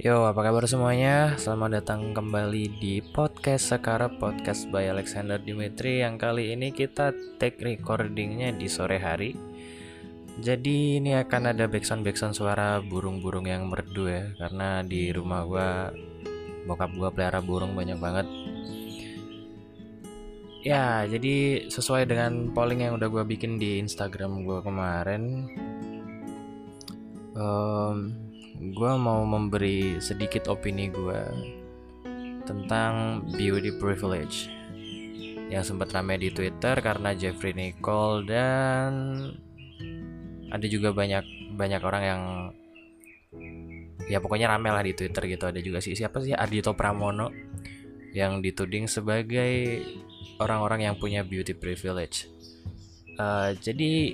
Yo, apa kabar semuanya? Selamat datang kembali di podcast Sekarang Podcast by Alexander Dimitri. Yang kali ini kita take recordingnya di sore hari. Jadi ini akan ada backsound suara burung-burung yang merdu ya. Karena di rumah gua, bokap gua pelihara burung banyak banget. Ya, jadi sesuai dengan polling yang udah gua bikin di Instagram gua kemarin, gue mau memberi sedikit opini gue tentang beauty privilege yang sempat ramai di Twitter karena Jeffrey Nicole, dan ada juga banyak orang yang ya pokoknya rame lah di Twitter gitu. Ada juga siapa sih, Ardhito Pramono, yang dituding sebagai orang-orang yang punya beauty privilege. Jadi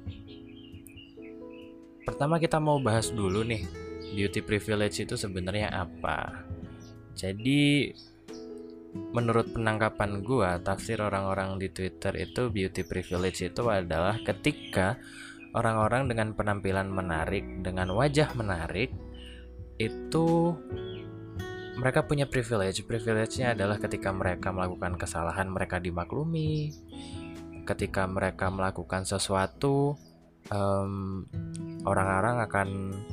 pertama kita mau bahas dulu nih, beauty privilege itu sebenarnya apa. Jadi menurut penangkapan gua, tafsir orang-orang di Twitter itu beauty privilege itu adalah ketika orang-orang dengan penampilan menarik, dengan wajah menarik, itu mereka punya privilege. Privilege-nya adalah ketika mereka melakukan kesalahan, mereka dimaklumi. Ketika mereka melakukan sesuatu, orang-orang akan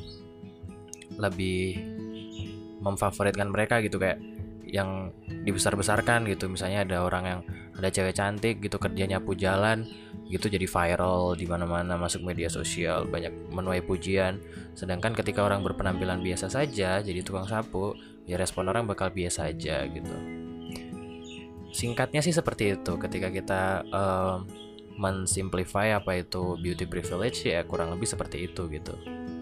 lebih memfavoritkan mereka gitu, kayak yang dibesar-besarkan gitu. Misalnya ada cewek cantik gitu, kerja nyapu jalan gitu, jadi viral di mana-mana, masuk media sosial, banyak menuai pujian. Sedangkan ketika orang berpenampilan biasa saja, jadi tukang sapu, ya respon orang bakal biasa aja gitu. Singkatnya sih seperti itu. Ketika kita mensimplify apa itu beauty privilege, ya kurang lebih seperti itu gitu.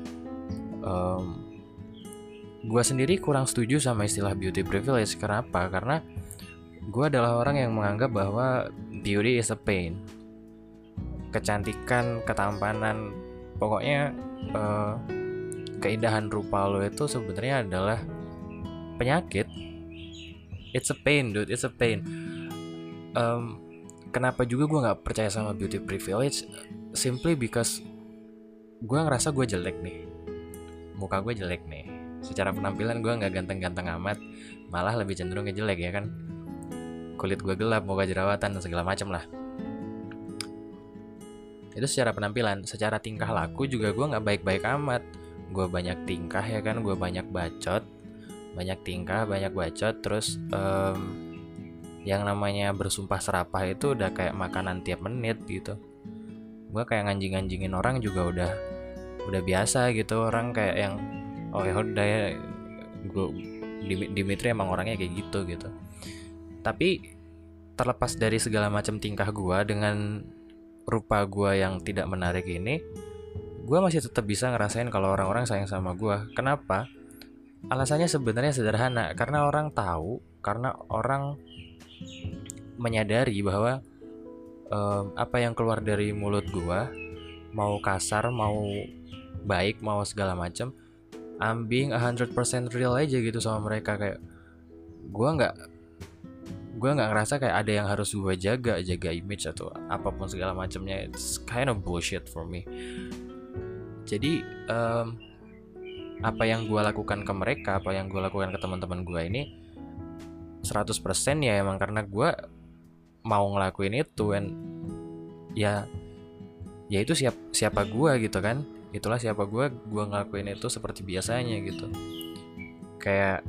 Gue sendiri kurang setuju sama istilah beauty privilege. Kenapa? Karena gue adalah orang yang menganggap bahwa beauty is a pain. Kecantikan, ketampanan, pokoknya keindahan rupa lo itu sebenarnya adalah penyakit. It's a pain, dude. It's a pain. Kenapa juga gue nggak percaya sama beauty privilege? Simply because gue ngerasa gue jelek nih, muka gue jelek nih. Secara penampilan gue nggak ganteng-ganteng amat, malah lebih cenderung ke jelek ya kan. Kulit gue gelap, muka jerawatan, segala macam lah. Itu secara penampilan. Secara tingkah laku juga gue nggak baik-baik amat. Gue banyak tingkah ya kan, gue banyak bacot, banyak tingkah, banyak bacot. Terus yang namanya bersumpah serapah itu udah kayak makanan tiap menit gitu. Gue kayak nganjing-nganjingin orang juga udah biasa gitu. Orang kayak yang oh ya udah ya, gue Dimitri emang orangnya kayak gitu. Tapi terlepas dari segala macam tingkah gue dengan rupa gue yang tidak menarik ini, gue masih tetap bisa ngerasain kalau orang-orang sayang sama gue. Kenapa? Alasannya sebenarnya sederhana, karena orang tahu, karena orang menyadari bahwa apa yang keluar dari mulut gua, mau kasar, mau baik, mau segala macam, I'm being 100% real aja gitu sama mereka. Kayak gua nggak ngerasa kayak ada yang harus gua jaga image atau apapun segala macamnya. It's kind of bullshit for me. Jadi apa yang gua lakukan ke mereka, apa yang gua lakukan ke teman-teman gua ini 100% ya emang karena gua mau ngelakuin itu. Dan ya itu siapa gue gitu kan, itulah siapa gue ngelakuin itu seperti biasanya gitu. Kayak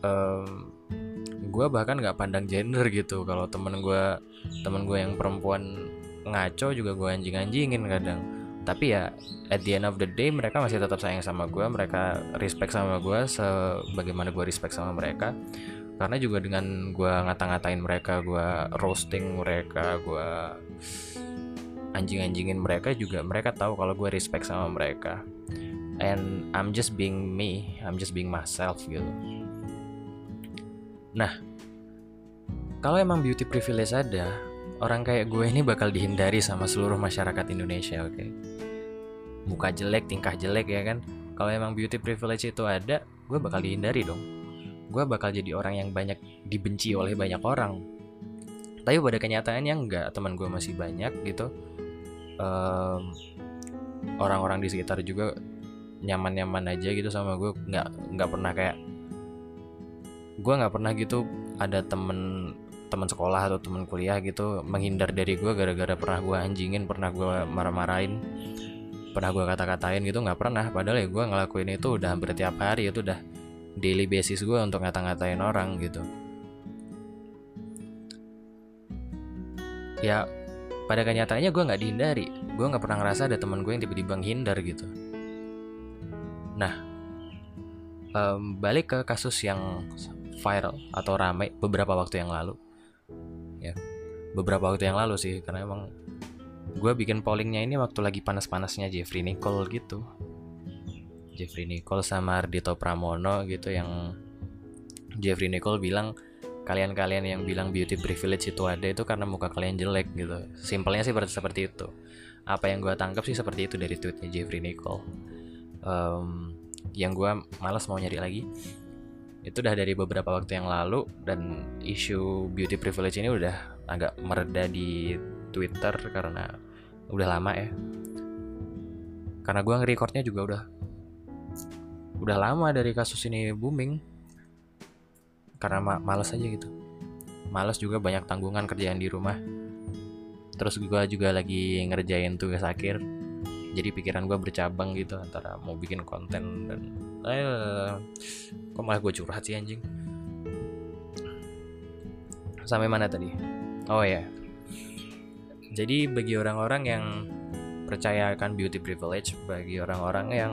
gue bahkan nggak pandang gender gitu. Kalau temen gue yang perempuan ngaco juga gue anjingin kadang. Tapi ya at the end of the day mereka masih tetap sayang sama gue, mereka respect sama gue sebagaimana gue respect sama mereka. Karena juga dengan gue ngata-ngatain mereka, gue roasting mereka, gue anjing-anjingin mereka, juga mereka tahu kalau gue respect sama mereka. And I'm just being me, I'm just being myself gitu. Nah, kalau emang beauty privilege ada, orang kayak gue ini bakal dihindari sama seluruh masyarakat Indonesia, oke? Muka jelek, tingkah jelek ya kan. Kalau emang beauty privilege itu ada, gue bakal dihindari dong. Gue bakal jadi orang yang banyak dibenci oleh banyak orang. Tapi pada kenyataannya enggak, teman gue masih banyak gitu. Orang-orang di sekitar juga nyaman-nyaman aja gitu sama gue, nggak pernah kayak gue nggak pernah gitu ada temen sekolah atau temen kuliah gitu menghindar dari gue gara-gara pernah gue anjingin, pernah gue marah-marahin, pernah gue kata-katain gitu, nggak pernah. Padahal ya gue ngelakuin itu udah hampir tiap hari, itu udah daily basis gue untuk ngata-ngatain orang gitu. Ya pada kenyataannya gue nggak dihindari, gue nggak pernah ngerasa ada teman gue yang tiba-tiba menghindar gitu. Nah, balik ke kasus yang viral atau ramai beberapa waktu yang lalu, ya beberapa waktu yang lalu sih, karena emang gue bikin pollingnya ini waktu lagi panas-panasnya Jeffrey Nicole gitu. Jeffrey Nicole sama Ardhito Pramono gitu, yang Jeffrey Nicole bilang kalian-kalian yang bilang beauty privilege itu ada itu karena muka kalian jelek gitu. Simpelnya sih seperti itu. Apa yang gue tangkap sih seperti itu dari tweetnya Jeffrey Nicole. Yang gue malas mau nyari lagi, itu udah dari beberapa waktu yang lalu, dan isu beauty privilege ini udah agak mereda di Twitter karena udah lama ya. Karena gue nge-recordnya juga udah lama dari kasus ini booming. Karena malas aja gitu. Malas juga, banyak tanggungan kerjaan di rumah. Terus gue juga lagi ngerjain tugas akhir. Jadi pikiran gue bercabang gitu antara mau bikin konten dan kok malah gue curhat sih anjing. Sampai mana tadi? Oh ya. Jadi bagi orang-orang yang percaya akan beauty privilege, bagi orang-orang yang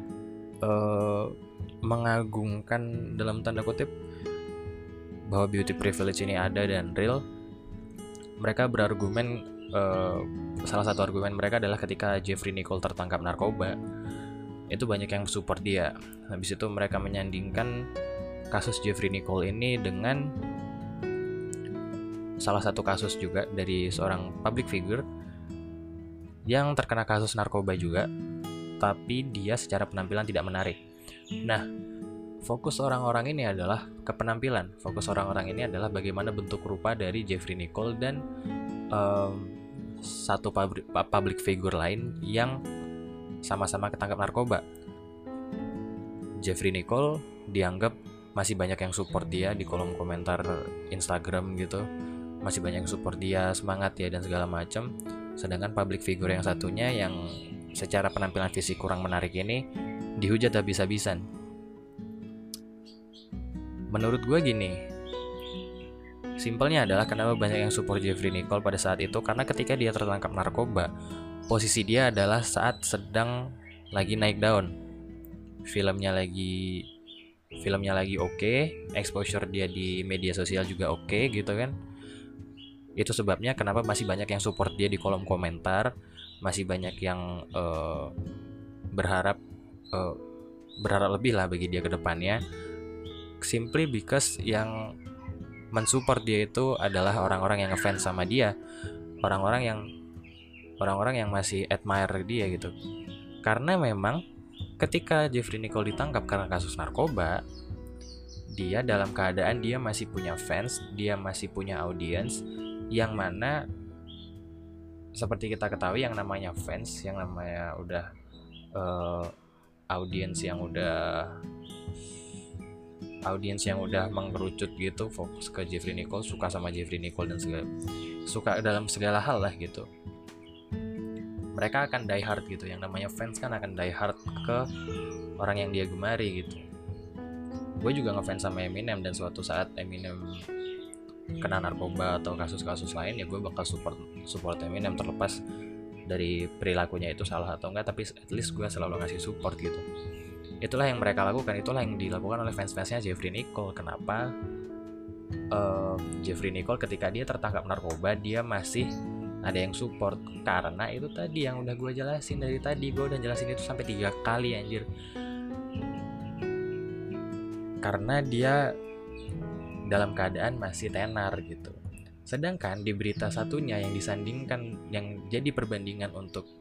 mengagungkan dalam tanda kutip bahwa beauty privilege ini ada dan real, mereka berargumen, salah satu argumen mereka adalah ketika Jeffrey Nicole tertangkap narkoba, itu banyak yang support dia. Habis itu mereka menyandingkan kasus Jeffrey Nicole ini dengan salah satu kasus juga dari seorang public figure yang terkena kasus narkoba juga, tapi dia secara penampilan tidak menarik. Nah, fokus orang-orang ini adalah ke penampilan. Fokus orang-orang ini adalah bagaimana bentuk rupa dari Jeffrey Nicole dan satu public figure lain yang sama-sama ketangkap narkoba. Jeffrey Nicole dianggap masih banyak yang support dia di kolom komentar Instagram gitu, masih banyak yang support dia, semangat ya dan segala macam. Sedangkan public figure yang satunya yang secara penampilan fisik kurang menarik ini dihujat habis-habisan. Menurut gue gini, simpelnya adalah kenapa banyak yang support Jeffrey Nicole pada saat itu, karena ketika dia tertangkap narkoba, posisi dia adalah saat sedang lagi naik daun. Filmnya lagi oke, exposure dia di media sosial juga oke gitu kan. Itu sebabnya kenapa masih banyak yang support dia di kolom komentar, masih banyak yang berharap lebih lah bagi dia ke depannya. Simply because yang mensupport dia itu adalah orang-orang yang ngefans sama dia, orang-orang yang masih admire dia gitu. Karena memang ketika Jeffrey Nicole ditangkap karena kasus narkoba, dia dalam keadaan dia masih punya fans, dia masih punya audiens, yang mana seperti kita ketahui yang namanya fans, yang namanya udah audiens yang udah mengerucut gitu, fokus ke Jeffrey Nicole, suka sama Jeffrey Nicole dan suka dalam segala hal lah gitu. Mereka akan die hard gitu, yang namanya fans kan akan die hard ke orang yang dia gemari gitu. Gue juga ngefans sama Eminem, dan suatu saat Eminem kena narkoba atau kasus-kasus lain, ya gue bakal support Eminem, terlepas dari perilakunya itu salah atau enggak, tapi at least gue selalu ngasih support gitu. Itulah yang mereka lakukan, itulah yang dilakukan oleh fans-fansnya Jeffrey Nicole. Kenapa Jeffrey Nicole ketika dia tertangkap narkoba dia masih ada yang support? Karena itu tadi yang udah gue jelasin dari tadi. Gue udah jelasin itu sampai 3 kali anjir. Karena dia dalam keadaan masih tenar gitu. Sedangkan di berita satunya yang disandingkan, yang jadi perbandingan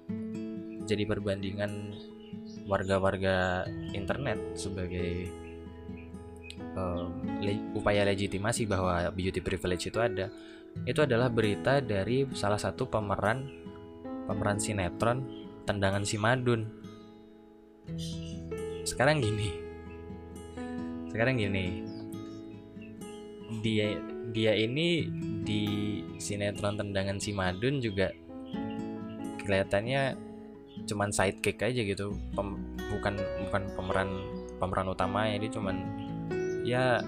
warga-warga internet sebagai upaya legitimasi bahwa beauty privilege itu ada, itu adalah berita dari salah satu pemeran sinetron Tendangan Si Madun. Sekarang gini, dia dia ini di sinetron Tendangan Si Madun juga kelihatannya cuman sidekick aja gitu, bukan bukan pemeran utamanya. Dia cuman ya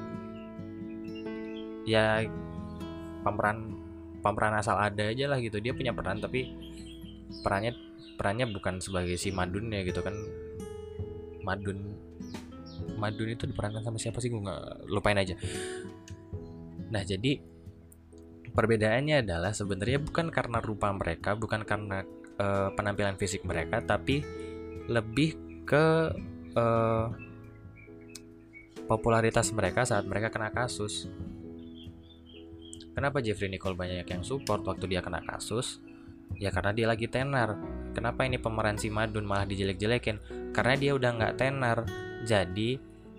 ya pemeran pemeran asal ada aja lah gitu. Dia punya peran tapi perannya perannya bukan sebagai si Madun ya gitu kan. Madun Madun itu diperankan sama siapa sih, gue nggak, lupain aja. Nah jadi perbedaannya adalah sebenarnya bukan karena rupa mereka, bukan karena penampilan fisik mereka, tapi lebih ke popularitas mereka saat mereka kena kasus. Kenapa Jeffrey Nicole banyak yang support waktu dia kena kasus? Ya karena dia lagi tenar. Kenapa ini pemeran si Madun malah dijelek-jelekin? Karena dia udah nggak tenar. Jadi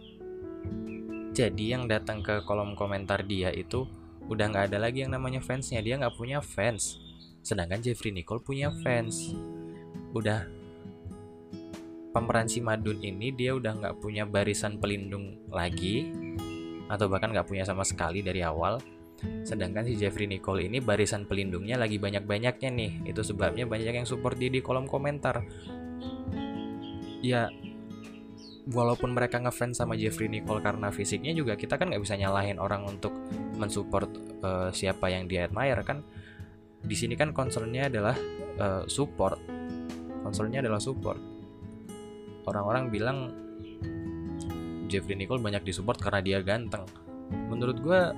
yang datang ke kolom komentar dia itu udah nggak ada lagi yang namanya fansnya. Dia nggak punya fans. Sedangkan Jeffrey Nicole punya fans. Udah pemeran si Madun ini dia udah nggak punya barisan pelindung lagi, atau bahkan nggak punya sama sekali dari awal. Sedangkan si Jeffrey Nicole ini barisan pelindungnya lagi banyak-banyaknya nih. Itu sebabnya banyak yang support dia di kolom komentar. Ya walaupun mereka ngefans sama Jeffrey Nicole karena fisiknya, juga kita kan nggak bisa nyalahin orang untuk mensupport siapa yang dia admire kan. Di sini kan concernnya adalah support. Orang-orang bilang Jeffrey Nicole banyak disupport karena dia ganteng. Menurut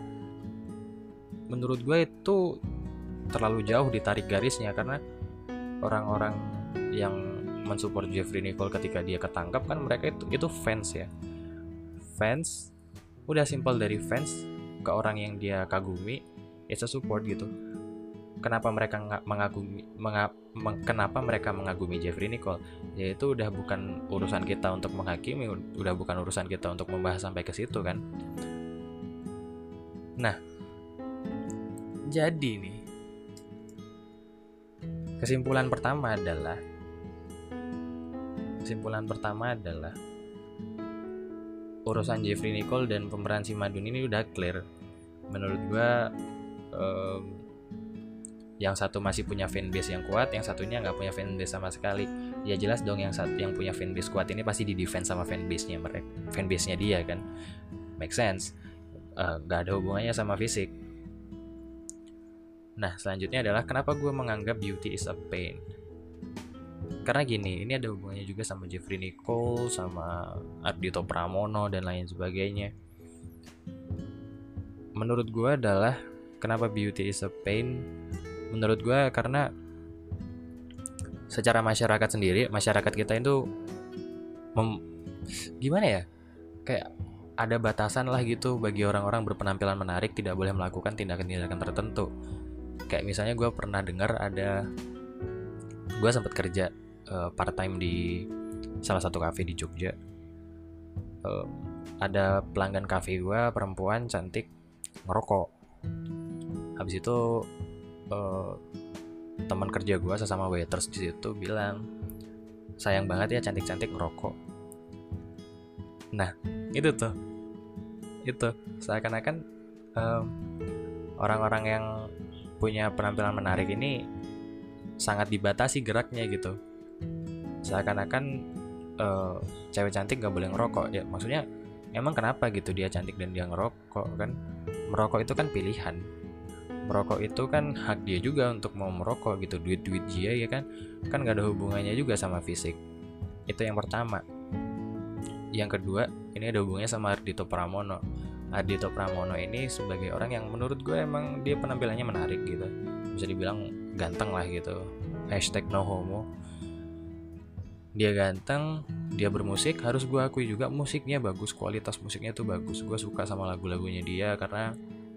gue itu terlalu jauh ditarik garisnya, karena orang-orang yang mensupport Jeffrey Nicole ketika dia ketangkap kan mereka itu fans ya. Fans, udah simpel dari fans ke orang yang dia kagumi, it's a support gitu. Kenapa mereka mengagumi Jeffrey Nicole? Ya itu udah bukan urusan kita untuk menghakimi, udah bukan urusan kita untuk membahas sampai ke situ kan. Nah, jadi nih, kesimpulan pertama adalah urusan Jeffrey Nicole dan pemeran si Madun ini udah clear. Menurut gue yang satu masih punya fanbase yang kuat, yang satunya nggak punya fanbase sama sekali. Ya jelas dong yang punya fanbase kuat ini pasti di defense sama fanbase-nya dia kan. Make sense. Nggak ada hubungannya sama fisik. Nah selanjutnya adalah kenapa gue menganggap beauty is a pain. Karena gini, ini ada hubungannya juga sama Jeffrey Nicole, sama Ardhito Pramono dan lain sebagainya. Menurut gue adalah kenapa beauty is a pain. Menurut gue karena secara masyarakat kita itu gimana ya, kayak ada batasan lah gitu bagi orang-orang berpenampilan menarik, tidak boleh melakukan tindakan-tindakan tertentu. Kayak misalnya gue pernah dengar gue sempat kerja part time di salah satu kafe di Jogja. Ada pelanggan kafe gue perempuan cantik ngerokok. Habis itu teman kerja gue sesama waiters di situ bilang, sayang banget ya cantik-cantik ngerokok. Nah itu seakan-akan orang-orang yang punya penampilan menarik ini sangat dibatasi geraknya gitu. Seakan-akan cewek cantik gak boleh ngerokok ya. Maksudnya emang kenapa gitu dia cantik dan dia ngerokok kan? Merokok itu kan pilihan. Merokok itu kan hak dia juga untuk mau merokok gitu. Duit dia ya kan gak ada hubungannya juga sama fisik. Itu yang pertama. Yang kedua, ini ada hubungannya sama Ardhito Pramono. Ardhito Pramono ini sebagai orang yang menurut gue emang dia penampilannya menarik gitu, bisa dibilang ganteng lah gitu. #NoHomo. Dia ganteng, dia bermusik, harus gue akui juga musiknya bagus, kualitas musiknya tuh bagus. Gue suka sama lagu-lagunya dia karena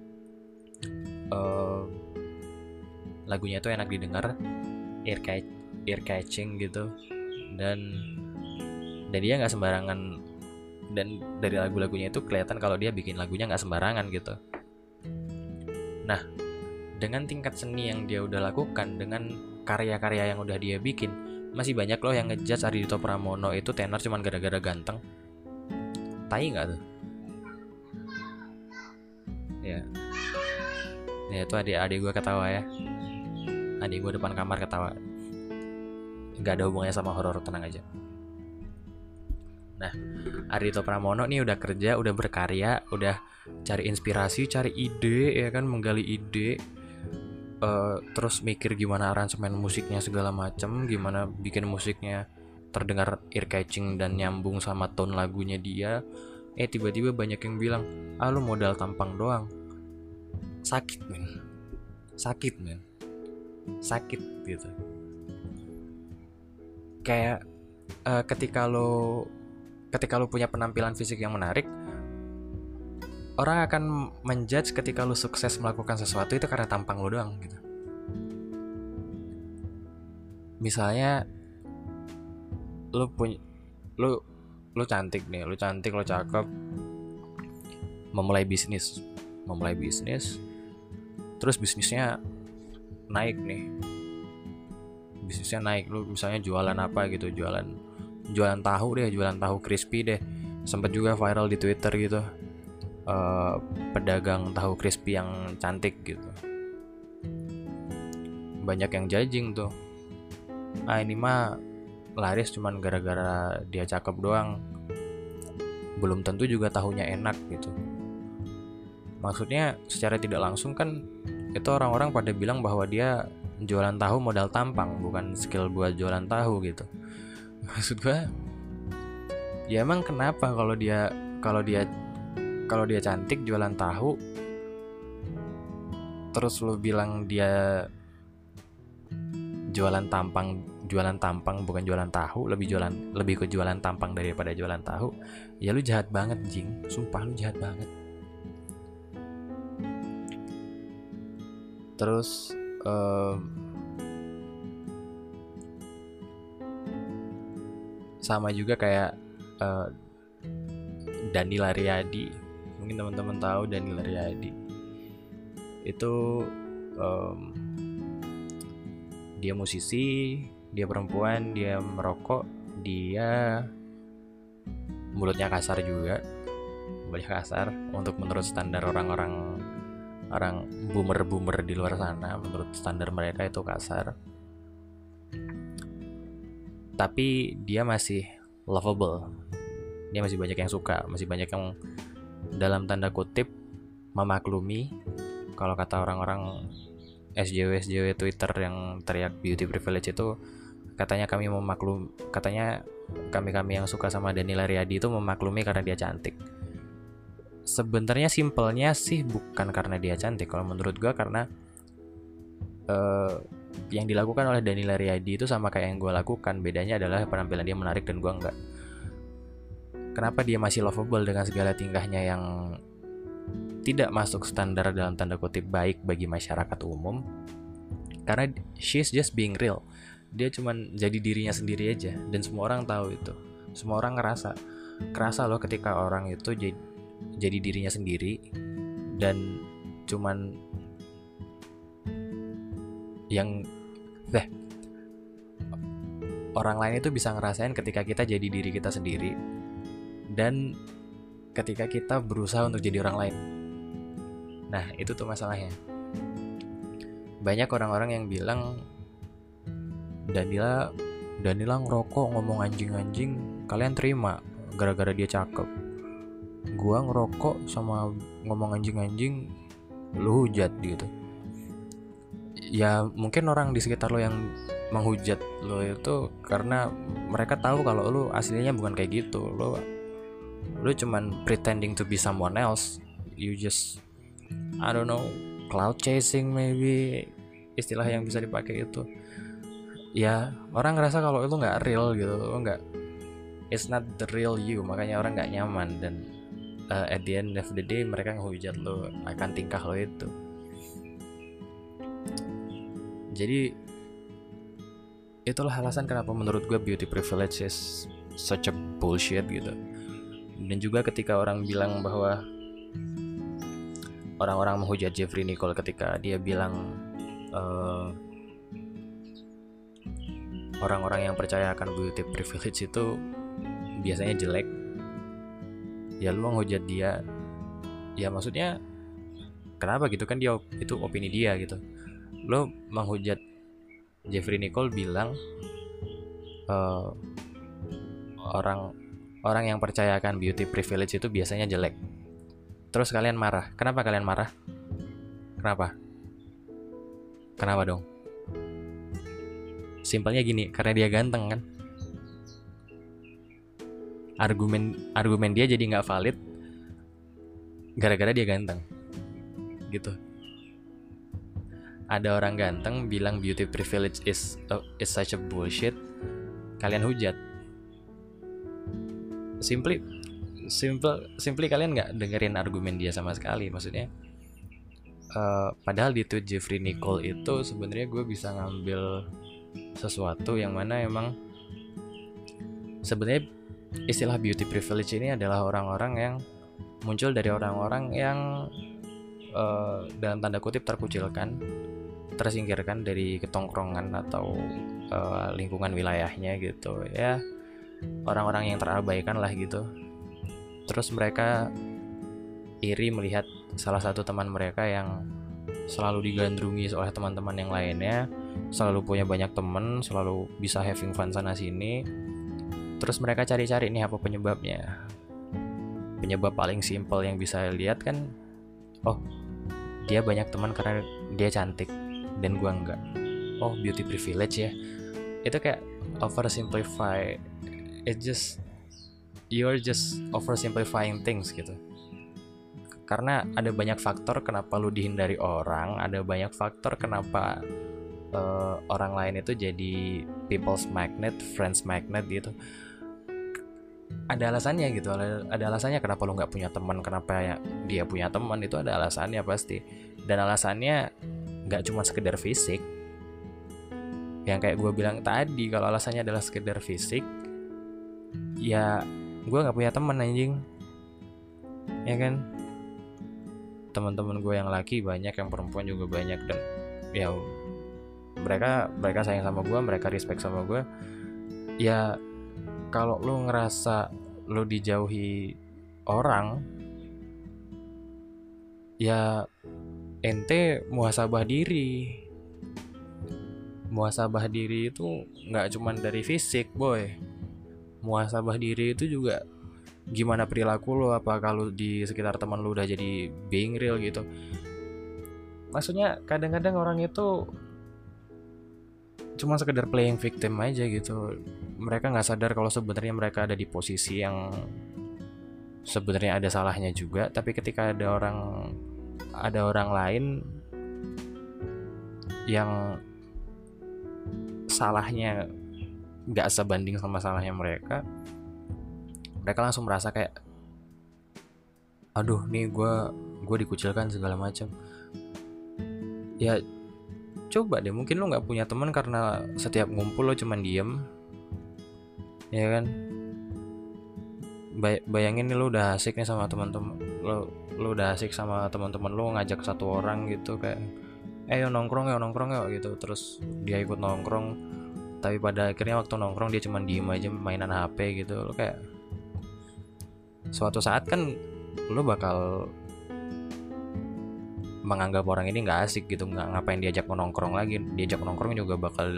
lagunya tuh enak didengar, ear catching gitu, dan dia nggak sembarangan. Dan dari lagu-lagunya itu kelihatan kalau dia bikin lagunya nggak sembarangan gitu. Nah, dengan tingkat seni yang dia udah lakukan, dengan karya-karya yang udah dia bikin, masih banyak loh yang ngejudge Ardhito Pramono itu tenar cuman gara-gara ganteng. Tai nggak tuh? Ya, ya itu adik gue ketawa ya. Adik gue depan kamar ketawa. Nggak ada hubungannya sama horor, tenang aja. Nah, Ardhito Pramono nih udah kerja, udah berkarya, udah cari inspirasi, cari ide, ya kan, menggali ide, terus mikir gimana aransemen musiknya segala macem, gimana bikin musiknya terdengar ear catching dan nyambung sama tone lagunya dia. Tiba-tiba banyak yang bilang, lu modal tampang doang. Sakit men, sakit gitu. Kayak ketika lo punya penampilan fisik yang menarik, orang akan menjudge ketika lo sukses melakukan sesuatu itu karena tampang lo doang gitu. Misalnya lo cantik nih, lo cakep, memulai bisnis, terus bisnisnya naik, lo misalnya jualan apa gitu, jualan tahu crispy deh, sempat juga viral di Twitter gitu, pedagang tahu crispy yang cantik gitu, banyak yang judging tuh, ini mah laris cuman gara-gara dia cakep doang, belum tentu juga tahunya enak gitu. Maksudnya secara tidak langsung kan itu orang-orang pada bilang bahwa dia jualan tahu modal tampang, bukan skill buat jualan tahu gitu. Maksud gue, ya emang kenapa kalau dia cantik jualan tahu, terus lu bilang dia jualan tampang bukan jualan tahu, lebih ke jualan tampang daripada jualan tahu, ya lu jahat banget jing, sumpah lu jahat banget. Terus sama juga kayak Danila Riyadi, mungkin teman-teman tahu Danila Riyadi itu, dia musisi, dia perempuan, dia merokok, dia mulutnya kasar juga, boleh kasar untuk menurut standar orang boomer di luar sana, menurut standar mereka itu kasar. Tapi dia masih lovable, dia masih banyak yang suka, masih banyak yang dalam tanda kutip memaklumi. Kalau kata orang-orang SJW Twitter yang teriak beauty privilege itu, katanya kami yang suka sama Danila Riyadi itu memaklumi karena dia cantik. Sebenarnya simpelnya sih bukan karena dia cantik, kalau menurut gue karena yang dilakukan oleh Danila Riyadi itu sama kayak yang gue lakukan, bedanya adalah penampilan dia menarik dan gue enggak. Kenapa dia masih lovable dengan segala tingkahnya yang tidak masuk standar dalam tanda kutip baik bagi masyarakat umum? Karena she's just being real. Dia cuman jadi dirinya sendiri aja, dan semua orang tahu itu. Semua orang kerasa loh ketika orang itu jadi dirinya sendiri, dan cuman yang orang lain itu bisa ngerasain ketika kita jadi diri kita sendiri dan ketika kita berusaha untuk jadi orang lain. Nah, itu tuh masalahnya. Banyak orang-orang yang bilang Danila ngerokok ngomong anjing-anjing, kalian terima gara-gara dia cakep. Gua ngerokok sama ngomong anjing-anjing, lu hujat gitu. Ya mungkin orang di sekitar lo yang menghujat lo itu karena mereka tahu kalau lo aslinya bukan kayak gitu. Lo cuman pretending to be someone else. You just, I don't know, cloud chasing maybe, istilah yang bisa dipakai itu. Ya orang ngerasa kalau itu nggak real gitu, lo nggak, it's not the real you, makanya orang nggak nyaman, dan at the end of the day mereka ngehujat lo akan tingkah lo itu. Jadi itulah alasan kenapa menurut gue beauty privilege is such a bullshit gitu. Dan juga ketika orang bilang bahwa orang-orang menghujat Jeffrey Nicole ketika dia bilang orang-orang yang percaya akan beauty privilege itu biasanya jelek, ya lu menghujat dia. Ya maksudnya kenapa gitu kan, dia itu opini dia gitu. Lo menghujat Jeffrey Nicole bilang uh, orang orang yang percayakan beauty privilege itu biasanya jelek. Terus kalian marah. Kenapa kalian marah? Kenapa? Kenapa dong? Simpelnya gini, karena dia ganteng kan. Argumen dia jadi nggak valid gara-gara dia ganteng gitu. Ada orang ganteng bilang beauty privilege is such a bullshit, kalian hujat. Simply kalian nggak dengerin argumen dia sama sekali. Maksudnya padahal di tweet Jeffrey Nicole itu sebenarnya gue bisa ngambil sesuatu yang mana emang sebenarnya istilah beauty privilege ini adalah orang-orang yang muncul dari orang-orang yang dalam tanda kutip terkucilkan, tersingkirkan dari ketongkrongan atau lingkungan wilayahnya gitu ya, orang-orang yang terabaikan lah gitu. Terus mereka iri melihat salah satu teman mereka yang selalu digandrungi oleh teman-teman yang lainnya, selalu punya banyak teman, selalu bisa having fun sana sini. Terus mereka cari-cari nih apa penyebabnya. Penyebab paling simpel yang bisa lihat kan, oh dia banyak teman karena dia cantik dan gua enggak. Oh beauty privilege ya. Itu kayak oversimplify. You're just oversimplifying things gitu. Karena ada banyak faktor kenapa lu dihindari orang, ada banyak faktor kenapa orang lain itu jadi people's magnet, friends magnet gitu. Ada alasannya gitu, ada alasannya kenapa lu nggak punya teman, kenapa dia punya teman, itu ada alasannya pasti. Dan alasannya nggak cuma sekedar fisik. Yang kayak gue bilang tadi, kalau alasannya adalah sekedar fisik, ya gue nggak punya teman anjing, ya kan? Teman-teman gue yang laki banyak, yang perempuan juga banyak, dan ya mereka sayang sama gue, mereka respect sama gue. Ya kalau lu ngerasa lu dijauhi orang, ya ente muhasabah diri. Muhasabah diri itu nggak cuma dari fisik boy. Muhasabah diri itu juga gimana perilaku lo, apa kalau di sekitar teman lo udah jadi being real gitu. Maksudnya kadang-kadang orang itu cuma sekedar playing victim aja gitu. Mereka nggak sadar kalau sebenarnya mereka ada di posisi yang sebenarnya ada salahnya juga. Tapi ketika ada orang lain yang salahnya nggak sebanding sama salahnya mereka langsung merasa kayak, aduh nih gue dikucilkan segala macam. Ya coba deh, mungkin lo nggak punya teman karena setiap ngumpul lo cuman diem, ya kan? Bayangin nih lo udah asik nih sama teman-teman lo udah asik sama teman-teman lo, ngajak satu orang gitu kayak, ayo nongkrong yuk gitu, terus dia ikut nongkrong, tapi pada akhirnya waktu nongkrong dia cuman diem aja mainan HP gitu. Lo kayak suatu saat kan lo bakal menganggap orang ini nggak asik gitu, nggak ngapain diajak nongkrong lagi, diajak nongkrong juga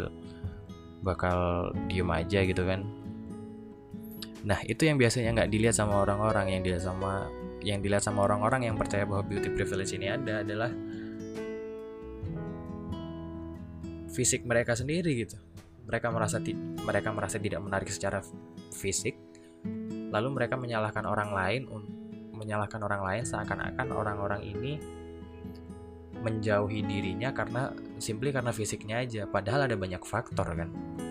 bakal diem aja gitu kan. Nah itu yang biasanya nggak dilihat sama orang-orang, yang dilihat sama orang-orang yang percaya bahwa beauty privilege ini adalah fisik mereka sendiri gitu. Mereka merasa tidak menarik secara fisik, lalu mereka menyalahkan orang lain seakan-akan orang-orang ini menjauhi dirinya karena fisiknya aja, padahal ada banyak faktor kan.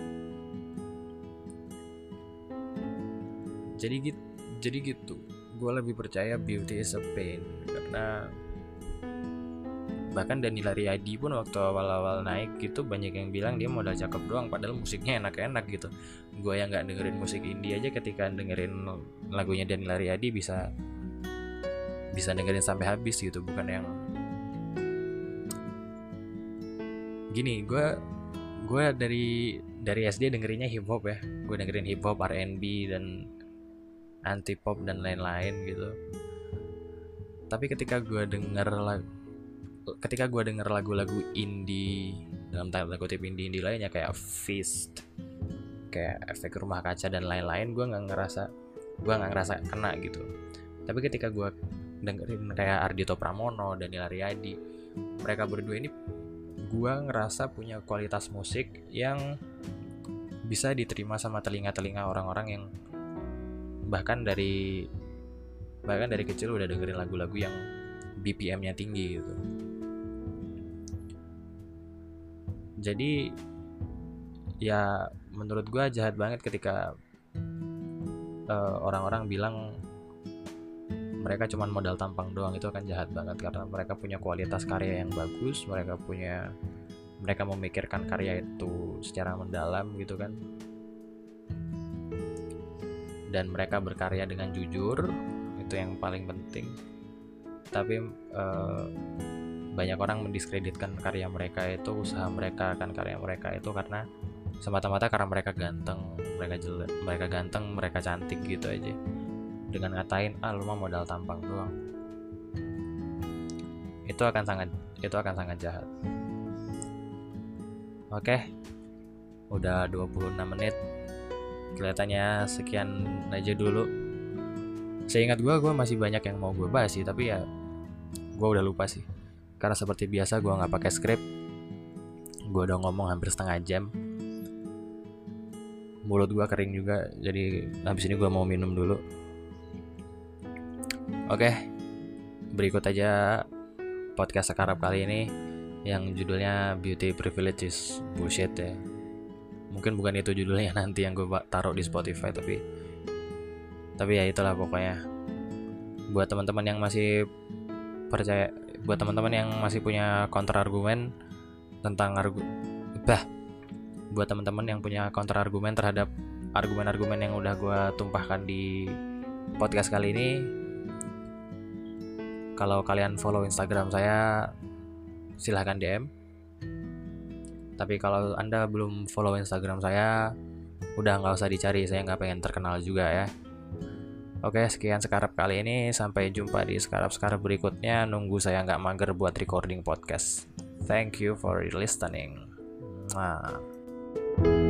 Jadi gitu gue lebih percaya beauty is a pain, karena bahkan Daniela Riyadi pun waktu awal-awal naik gitu banyak yang bilang dia modal cakep doang, padahal musiknya enak-enak gitu. Gue yang nggak dengerin musik indie aja ketika dengerin lagunya Daniela Riyadi bisa dengerin sampai habis gitu. Bukan yang gini, gue dari SD dengerinnya hip hop ya, gue dengerin hip hop, R&B dan anti pop dan lain-lain gitu. Tapi ketika gue denger ketika gue denger lagu-lagu indie, dalam tanda kutip indie lainnya kayak Fist, kayak Efek Rumah Kaca dan lain-lain, gue nggak ngerasa kena gitu. Tapi ketika gue dengerin kayak Ardhito Pramono, Daniel Riyadi, mereka berdua ini gue ngerasa punya kualitas musik yang bisa diterima sama telinga-telinga orang-orang yang bahkan dari kecil udah dengerin lagu-lagu yang BPM-nya tinggi gitu. Jadi ya menurut gue jahat banget ketika orang-orang bilang mereka cuma modal tampang doang. Itu akan jahat banget karena mereka punya kualitas karya yang bagus, mereka memikirkan karya itu secara mendalam gitu kan, dan mereka berkarya dengan jujur, itu yang paling penting. Tapi banyak orang mendiskreditkan karya mereka itu, usaha mereka akan karya mereka itu karena semata-mata karena mereka ganteng, mereka cantik gitu aja, dengan ngatain lu mah modal tampang doang. Itu akan sangat jahat. Oke, udah 26 menit. Kelihatannya sekian aja dulu. Seingat gue masih banyak yang mau gue bahas sih, tapi ya gue udah lupa sih. Karena seperti biasa gue nggak pakai skrip. Gue udah ngomong hampir setengah jam. Mulut gue kering juga, jadi habis ini gue mau minum dulu. Oke, berikut aja podcast sekarang kali ini yang judulnya Beauty Privilege is Bullshit ya. Mungkin bukan itu judulnya nanti yang gue taruh di Spotify, tapi ya itulah pokoknya. Buat teman-teman yang masih percaya, buat teman-teman yang masih punya counter argumen tentang buat teman-teman yang punya counter argumen terhadap argumen-argumen yang udah gue tumpahkan di podcast kali ini, kalau kalian follow Instagram saya silahkan DM. Tapi kalau Anda belum follow Instagram saya, udah nggak usah dicari, saya nggak pengen terkenal juga ya. Oke, sekian Sekarap kali ini. Sampai jumpa di Sekarap berikutnya. Nunggu saya nggak mager buat recording podcast. Thank you for listening.